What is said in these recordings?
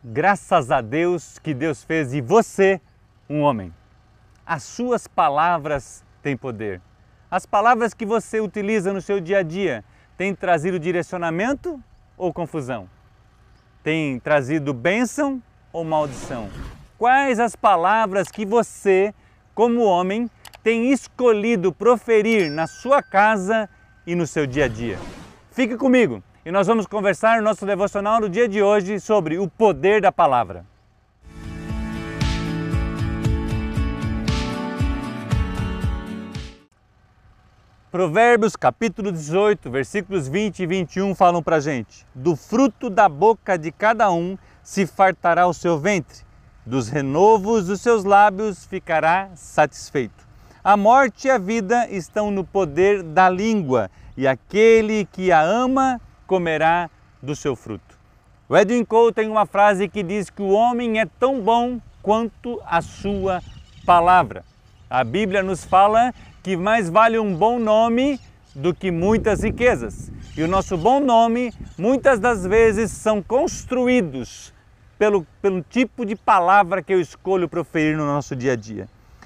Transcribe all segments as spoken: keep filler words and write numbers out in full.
Graças a Deus que Deus fez de você um homem. As suas palavras têm poder. As palavras que você utiliza no seu dia a dia têm trazido direcionamento ou confusão? Têm trazido bênção ou maldição? Quais as palavras que você, como homem, tem escolhido proferir na sua casa e no seu dia a dia? Fique comigo e nós vamos conversar no nosso devocional no dia de hoje sobre o poder da palavra. Provérbios capítulo dezoito, versículos vinte e vinte e um falam pra gente: do fruto da boca de cada um se fartará o seu ventre, dos renovos dos seus lábios ficará satisfeito. A morte e a vida estão no poder da língua, e aquele que a ama comerá do seu fruto. O Edwin Cole tem uma frase que diz que o homem é tão bom quanto a sua palavra. A Bíblia nos fala que mais vale um bom nome do que muitas riquezas. E o nosso bom nome, muitas das vezes, são construídos pelo, pelo tipo de palavra que eu escolho proferir no nosso dia a dia.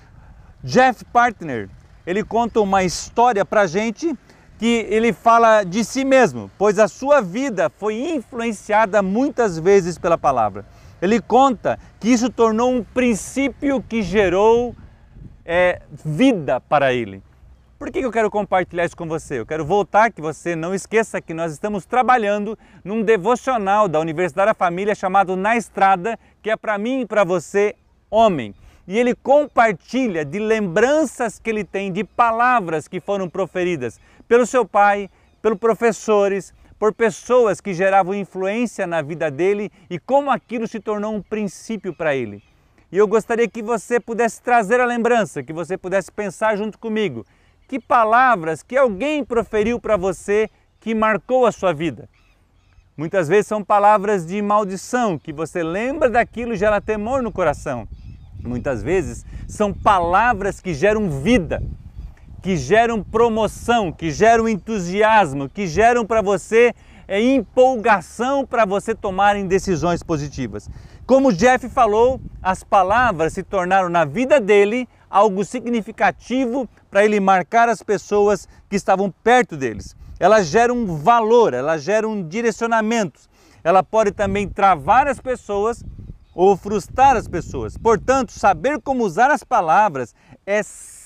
Jeff Partner, ele conta uma história para a gente que ele fala de si mesmo, pois a sua vida foi influenciada muitas vezes pela palavra. Ele conta que isso tornou um princípio que gerou é, vida para ele. Por que eu quero compartilhar isso com você? Eu quero voltar, que você não esqueça que nós estamos trabalhando num devocional da Universidade da Família chamado Na Estrada, que é para mim e para você, homem. E ele compartilha de lembranças que ele tem, de palavras que foram proferidas pelo seu pai, pelos professores, por pessoas que geravam influência na vida dele e como aquilo se tornou um princípio para ele. E eu gostaria que você pudesse trazer a lembrança, que você pudesse pensar junto comigo. Que palavras que alguém proferiu para você que marcou a sua vida? Muitas vezes são palavras de maldição, que você lembra daquilo e gera temor no coração. Muitas vezes são palavras que geram vida, que geram promoção, que geram entusiasmo, que geram para você é, empolgação para você tomarem decisões positivas. Como Jeff falou, as palavras se tornaram na vida dele algo significativo para ele marcar as pessoas que estavam perto deles. Elas geram um valor, elas geram direcionamentos. Ela pode também travar as pessoas ou frustrar as pessoas. Portanto, saber como usar as palavras é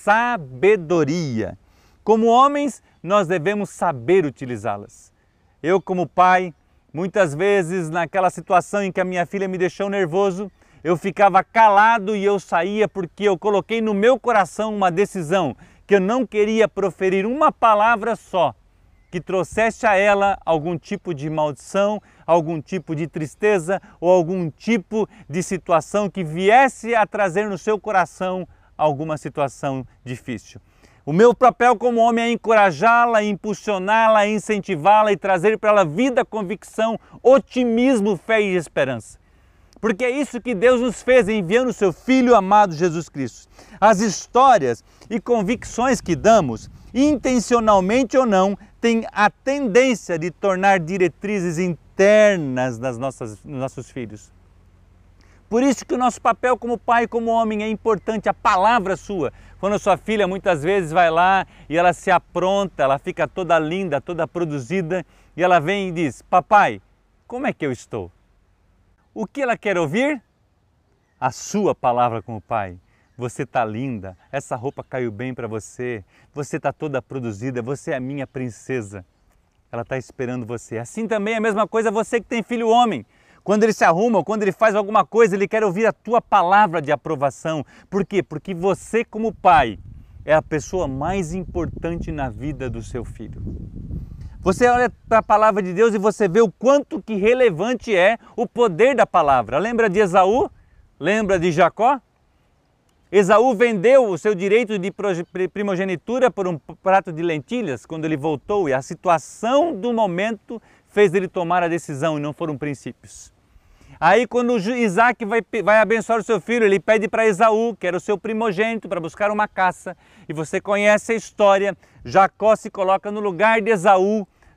sabedoria. Como homens, nós devemos saber utilizá-las. Eu, como pai, muitas vezes naquela situação em que a minha filha me deixou nervoso, eu ficava calado e eu saía porque eu coloquei no meu coração uma decisão que eu não queria proferir uma palavra só que trouxesse a ela algum tipo de maldição, algum tipo de tristeza ou algum tipo de situação que viesse a trazer no seu coração alguma situação difícil. O meu papel como homem é encorajá-la, impulsioná-la, incentivá-la e trazer para ela vida, convicção, otimismo, fé e esperança. Porque é isso que Deus nos fez enviando o seu Filho amado Jesus Cristo. As histórias e convicções que damos, intencionalmente ou não, têm a tendência de tornar diretrizes internas nas nossas, nos nossos filhos. Por isso que o nosso papel como pai, como homem, é importante, a palavra sua. Quando a sua filha muitas vezes vai lá e ela se apronta, ela fica toda linda, toda produzida, e ela vem e diz: papai, como é que eu estou? O que ela quer ouvir? A sua palavra como pai. Você está linda, essa roupa caiu bem para você, você está toda produzida, você é a minha princesa. Ela está esperando você. Assim também é a mesma coisa você que tem filho homem. Quando ele se arruma, quando ele faz alguma coisa, ele quer ouvir a tua palavra de aprovação. Por quê? Porque você, como pai, é a pessoa mais importante na vida do seu filho. Você olha para a palavra de Deus e você vê o quanto que relevante é o poder da palavra. Lembra de Esaú? Lembra de Jacó? Esaú vendeu o seu direito de primogenitura por um prato de lentilhas quando ele voltou, e a situação do momento fez ele tomar a decisão e não foram princípios. Aí quando Isaac vai, vai abençoar o seu filho, ele pede para Esaú, que era o seu primogênito, para buscar uma caça. E você conhece a história, Jacó se coloca no lugar de Esaú,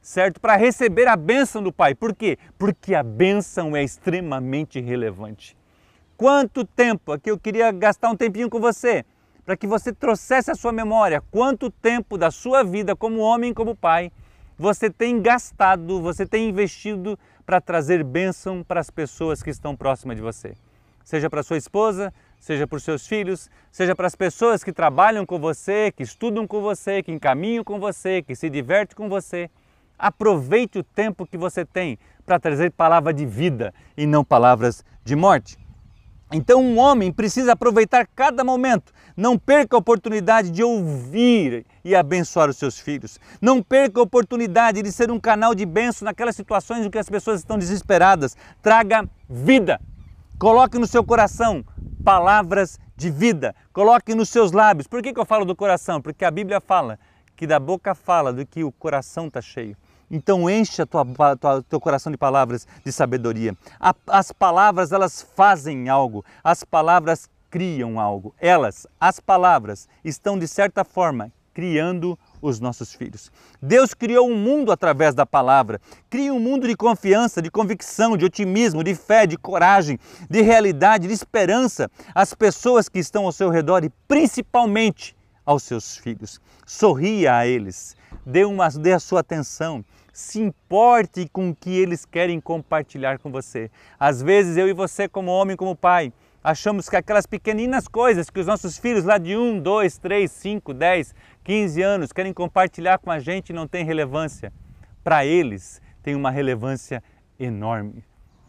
certo? Para receber a bênção do Pai. Por quê? Porque a bênção é extremamente relevante. Quanto tempo, aqui eu queria gastar um tempinho com você, para que você trouxesse à sua memória quanto tempo da sua vida como homem, como pai, você tem gastado, você tem investido para trazer bênção para as pessoas que estão próximas de você. Seja para sua esposa, seja para os seus filhos, seja para as pessoas que trabalham com você, que estudam com você, que encaminham com você, que se divertem com você. Aproveite o tempo que você tem para trazer palavra de vida e não palavras de morte. Então um homem precisa aproveitar cada momento. Não perca a oportunidade de ouvir e abençoar os seus filhos. Não perca a oportunidade de ser um canal de bênção naquelas situações em que as pessoas estão desesperadas. Traga vida. Coloque no seu coração palavras de vida. Coloque nos seus lábios. Por que que eu falo do coração? Porque a Bíblia fala que da boca fala do que o coração está cheio. Então encha tua, tua, teu coração de palavras de sabedoria. A, as palavras, elas fazem algo. As palavras criam algo. Elas, as palavras, estão de certa forma criando os nossos filhos. Deus criou um mundo através da palavra. Cria um mundo de confiança, de convicção, de otimismo, de fé, de coragem, de realidade, de esperança. As pessoas que estão ao seu redor e principalmente aos seus filhos. Sorria a eles. Dê, uma, dê a sua atenção. Se importe com o que eles querem compartilhar com você. Às vezes eu e você, como homem, como pai, achamos que aquelas pequeninas coisas que os nossos filhos lá de um, dois, três, cinco, dez, quinze anos querem compartilhar com a gente não tem relevância. Para eles tem uma relevância enorme.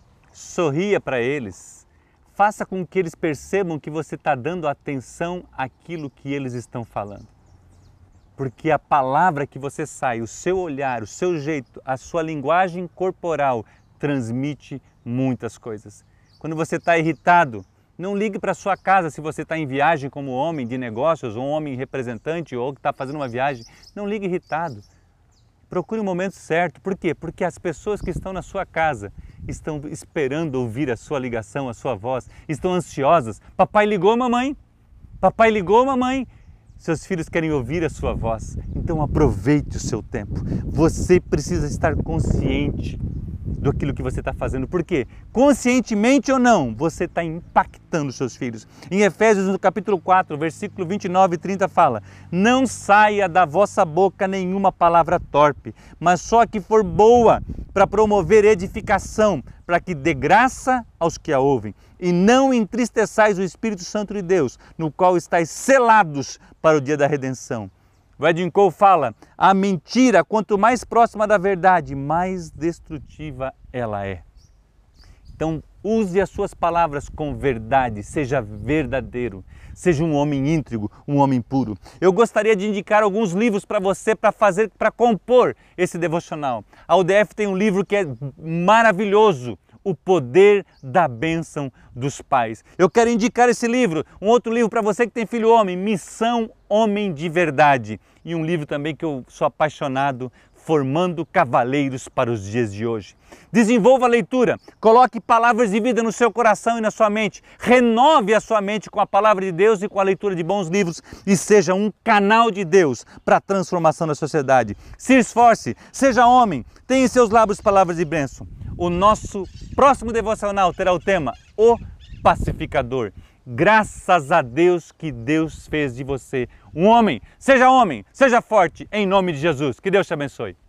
Sorria para eles. Faça com que eles percebam que você está dando atenção àquilo que eles estão falando. Porque a palavra que você sai, o seu olhar, o seu jeito, a sua linguagem corporal transmite muitas coisas. Quando você está irritado, não ligue para sua casa se você está em viagem como homem de negócios, ou um homem representante, ou que está fazendo uma viagem. Não ligue irritado. Procure o momento certo. Por quê? Porque as pessoas que estão na sua casa estão esperando ouvir a sua ligação, a sua voz, estão ansiosas. Papai ligou, mamãe. Papai ligou, mamãe. Seus filhos querem ouvir a sua voz, então aproveite o seu tempo. Você precisa estar consciente daquilo que você está fazendo. Por quê? Conscientemente ou não, você está impactando seus filhos. Em Efésios, no capítulo quatro, versículo vinte e nove e trinta fala: não saia da vossa boca nenhuma palavra torpe, mas só a que for boa, para promover edificação, para que dê graça aos que a ouvem. E não entristeçais o Espírito Santo de Deus, no qual estáis selados para o dia da redenção. O Edwin Cole fala: a mentira, quanto mais próxima da verdade, mais destrutiva ela é. Então, use as suas palavras com verdade, seja verdadeiro, seja um homem íntegro, um homem puro. Eu gostaria de indicar alguns livros para você, para fazer, para compor esse devocional. A U D F tem um livro que é maravilhoso, O Poder da Bênção dos Pais. Eu quero indicar esse livro, um outro livro para você que tem filho homem, Missão Homem de Verdade. E um livro também que eu sou apaixonado, Formando Cavaleiros para os Dias de Hoje. Desenvolva a leitura, coloque palavras de vida no seu coração e na sua mente. Renove a sua mente com a palavra de Deus e com a leitura de bons livros e seja um canal de Deus para a transformação da sociedade. Se esforce, seja homem, tenha em seus lábios palavras de bênção. O nosso próximo devocional terá o tema O Pacificador. Graças a Deus que Deus fez de você um homem. Seja homem, seja forte, em nome de Jesus. Que Deus te abençoe.